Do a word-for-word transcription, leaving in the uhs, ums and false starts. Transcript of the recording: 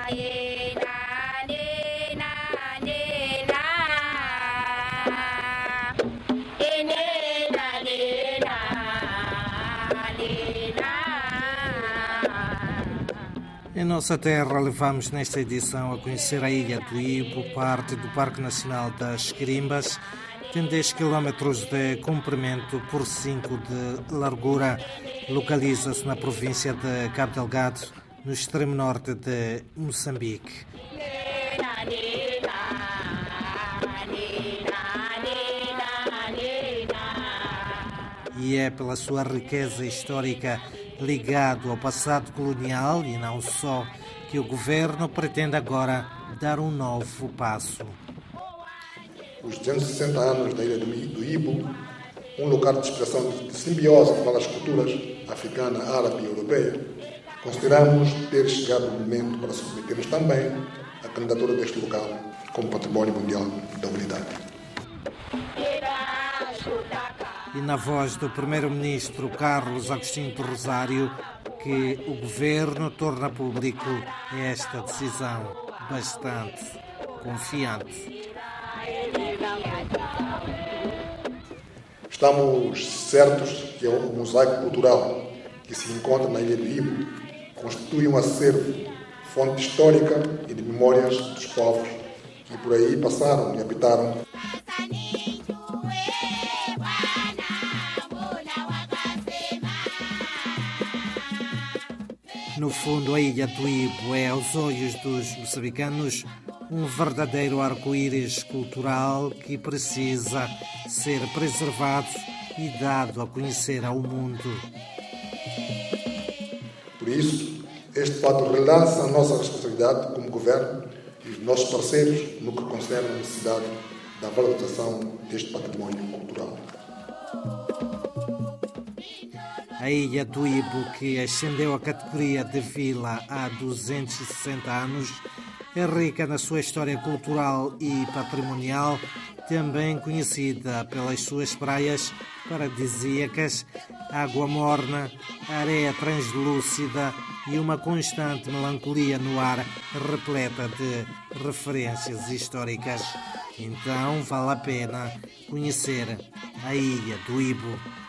Em nossa terra, levamos nesta edição a conhecer a Ilha do Ibo, parte do Parque Nacional das Quirimbas. Tem dez quilómetros de comprimento por cinco de largura. Localiza-se na província de Cabo Delgado, no extremo norte de Moçambique. E é pela sua riqueza histórica ligado ao passado colonial e não só, que o governo pretende agora dar um novo passo. Os duzentos e sessenta anos da Ilha do Ibo, um lugar de expressão de simbiose de várias culturas, africana, árabe e europeia, consideramos ter chegado o momento para submetermos também a candidatura deste local como Património Mundial da Humanidade. E na voz do primeiro-ministro Carlos Agostinho do Rosário, que o governo torna público esta decisão bastante confiante. Estamos certos que o mosaico cultural que se encontra na Ilha do Ibo constitui um acervo, fonte histórica e de memórias dos povos que por aí passaram e habitaram. No fundo, a Ilha do Ibo é, aos olhos dos moçambicanos, um verdadeiro arco-íris cultural que precisa ser preservado e dado a conhecer ao mundo. Por isso, este fato relança a nossa responsabilidade como governo e os nossos parceiros no que concerne a necessidade da valorização deste património cultural. A Ilha do Ibo, que ascendeu à categoria de vila há duzentos e sessenta anos, é rica na sua história cultural e patrimonial, também conhecida pelas suas praias paradisíacas, água morna, areia translúcida e uma constante melancolia no ar, repleta de referências históricas. Então vale a pena conhecer a Ilha do Ibo.